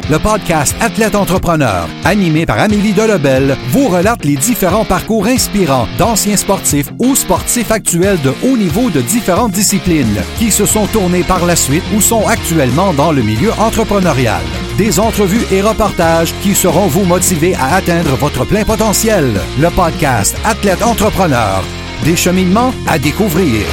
Le podcast Athlète Entrepreneur, animé par Amélie Delebel, vous relate les différents parcours inspirants d'anciens sportifs ou sportifs actuels de haut niveau de différentes disciplines qui se sont tournés par la suite ou sont actuellement dans le milieu entrepreneurial. Des entrevues et reportages qui sauront vous motiver à atteindre votre plein potentiel. Le podcast Athlète Entrepreneur, des cheminements à découvrir.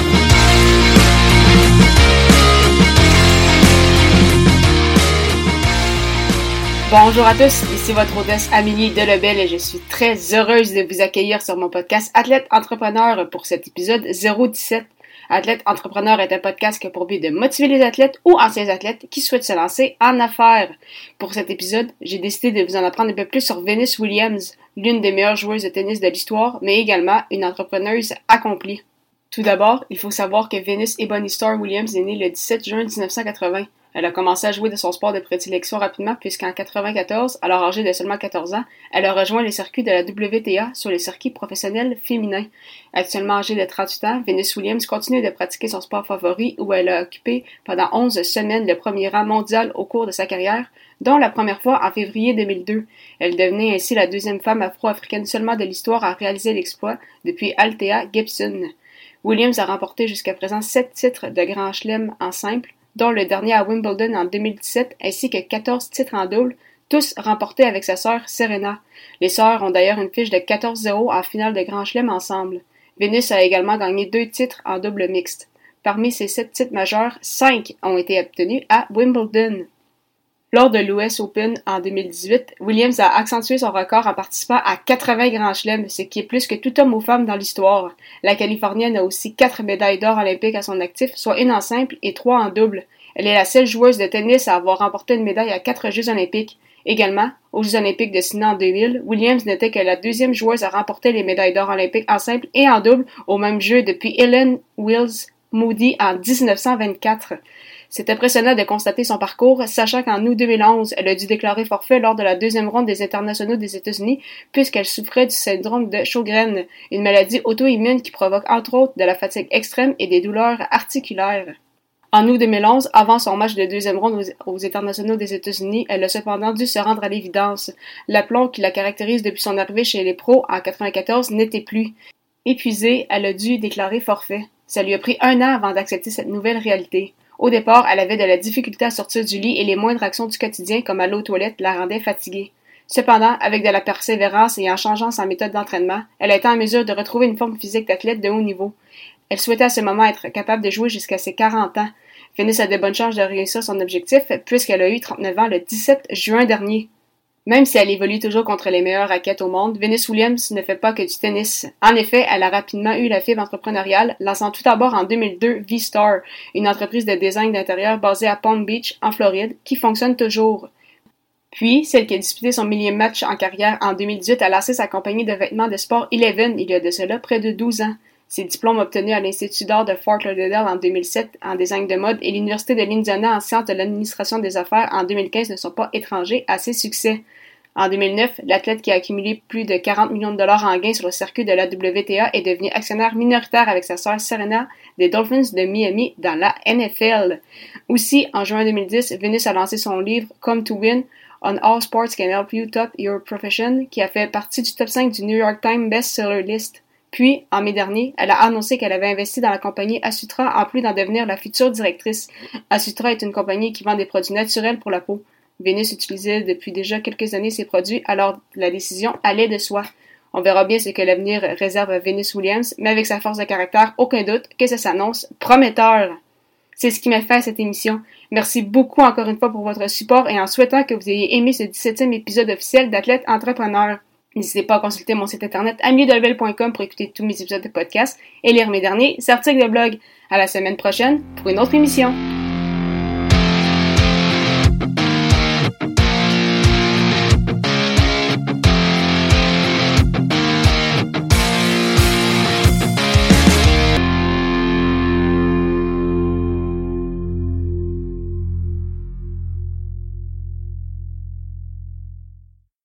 Bonjour à tous, ici votre hôtesse Amélie Delebel et je suis très heureuse de vous accueillir sur mon podcast Athlète Entrepreneur pour cet épisode 017. Athlète Entrepreneur est un podcast qui a pour but de motiver les athlètes ou anciens athlètes qui souhaitent se lancer en affaires. Pour cet épisode, j'ai décidé de vous en apprendre un peu plus sur Venus Williams, l'une des meilleures joueuses de tennis de l'histoire, mais également une entrepreneuse accomplie. Tout d'abord, il faut savoir que Venus Ebony Star Williams est née le 17 juin 1980. Elle a commencé à jouer de son sport de prédilection rapidement puisqu'en 1994, alors âgée de seulement 14 ans, elle a rejoint les circuits de la WTA sur les circuits professionnels féminins. Actuellement âgée de 38 ans, Venus Williams continue de pratiquer son sport favori où elle a occupé pendant 11 semaines le premier rang mondial au cours de sa carrière, dont la première fois en février 2002. Elle devenait ainsi la deuxième femme afro-africaine seulement de l'histoire à réaliser l'exploit depuis Althea Gibson. Williams a remporté jusqu'à présent 7 titres de Grand Chelem en simple, dont le dernier à Wimbledon en 2017, ainsi que 14 titres en double, tous remportés avec sa sœur Serena. Les sœurs ont d'ailleurs une fiche de 14-0 en finale de Grand Chelem ensemble. Venus a également gagné 2 titres en double mixte. Parmi ces 7 titres majeurs, 5 ont été obtenus à Wimbledon. Lors de l'US Open en 2018, Williams a accentué son record en participant à 80 Grands Chelems, ce qui est plus que tout homme ou femme dans l'histoire. La Californienne a aussi 4 médailles d'or olympiques à son actif, soit une en simple et 3 en double. Elle est la seule joueuse de tennis à avoir remporté une médaille à 4 Jeux olympiques. Également, aux Jeux olympiques de Sydney en 2000, Williams n'était que la deuxième joueuse à remporter les médailles d'or olympiques en simple et en double au même jeu depuis Helen Wills Moody en 1924. C'est impressionnant de constater son parcours, sachant qu'en août 2011, elle a dû déclarer forfait lors de la deuxième ronde des internationaux des États-Unis puisqu'elle souffrait du syndrome de Sjögren, une maladie auto-immune qui provoque entre autres de la fatigue extrême et des douleurs articulaires. En août 2011, avant son match de deuxième ronde aux internationaux des États-Unis, elle a cependant dû se rendre à l'évidence. L'aplomb qui la caractérise depuis son arrivée chez les pros en 1994 n'était plus. Épuisée, elle a dû déclarer forfait. Ça lui a pris 1 an avant d'accepter cette nouvelle réalité. Au départ, elle avait de la difficulté à sortir du lit et les moindres actions du quotidien comme aller aux toilettes la rendaient fatiguée. Cependant, avec de la persévérance et en changeant sa méthode d'entraînement, elle a été en mesure de retrouver une forme physique d'athlète de haut niveau. Elle souhaitait à ce moment être capable de jouer jusqu'à ses 40 ans. Venus a de bonnes chances de réussir son objectif puisqu'elle a eu 39 ans le 17 juin dernier. Même si elle évolue toujours contre les meilleures raquettes au monde, Venus Williams ne fait pas que du tennis. En effet, elle a rapidement eu la fibre entrepreneuriale, lançant tout d'abord en 2002 V-Star, une entreprise de design d'intérieur basée à Palm Beach, en Floride, qui fonctionne toujours. Puis, celle qui a disputé son millième match en carrière en 2018 a lancé sa compagnie de vêtements de sport Eleven il y a de cela près de 12 ans. Ses diplômes obtenus à l'Institut d'art de Fort Lauderdale en 2007 en design de mode et l'Université de l'Indiana en sciences de l'administration des affaires en 2015 ne sont pas étrangers à ses succès. En 2009, l'athlète qui a accumulé plus de 40 millions de dollars en gains sur le circuit de la WTA est devenu actionnaire minoritaire avec sa sœur Serena des Dolphins de Miami dans la NFL. Aussi, en juin 2010, Venus a lancé son livre Come to Win on All Sports Can Help You Top Your Profession qui a fait partie du top 5 du New York Times Bestseller List. Puis, en mai dernier, elle a annoncé qu'elle avait investi dans la compagnie Assutra en plus d'en devenir la future directrice. Assutra est une compagnie qui vend des produits naturels pour la peau. Venus utilisait depuis déjà quelques années ces produits, alors la décision allait de soi. On verra bien ce que l'avenir réserve à Venus Williams, mais avec sa force de caractère, aucun doute que ça s'annonce prometteur. C'est ce qui m'a fait à cette émission. Merci beaucoup encore une fois pour votre support et en souhaitant que vous ayez aimé ce 17e épisode officiel d'Athlète Entrepreneur. N'hésitez pas à consulter mon site internet ameliedelebel.com pour écouter tous mes épisodes de podcast et lire mes derniers articles de blog. À la semaine prochaine pour une autre émission.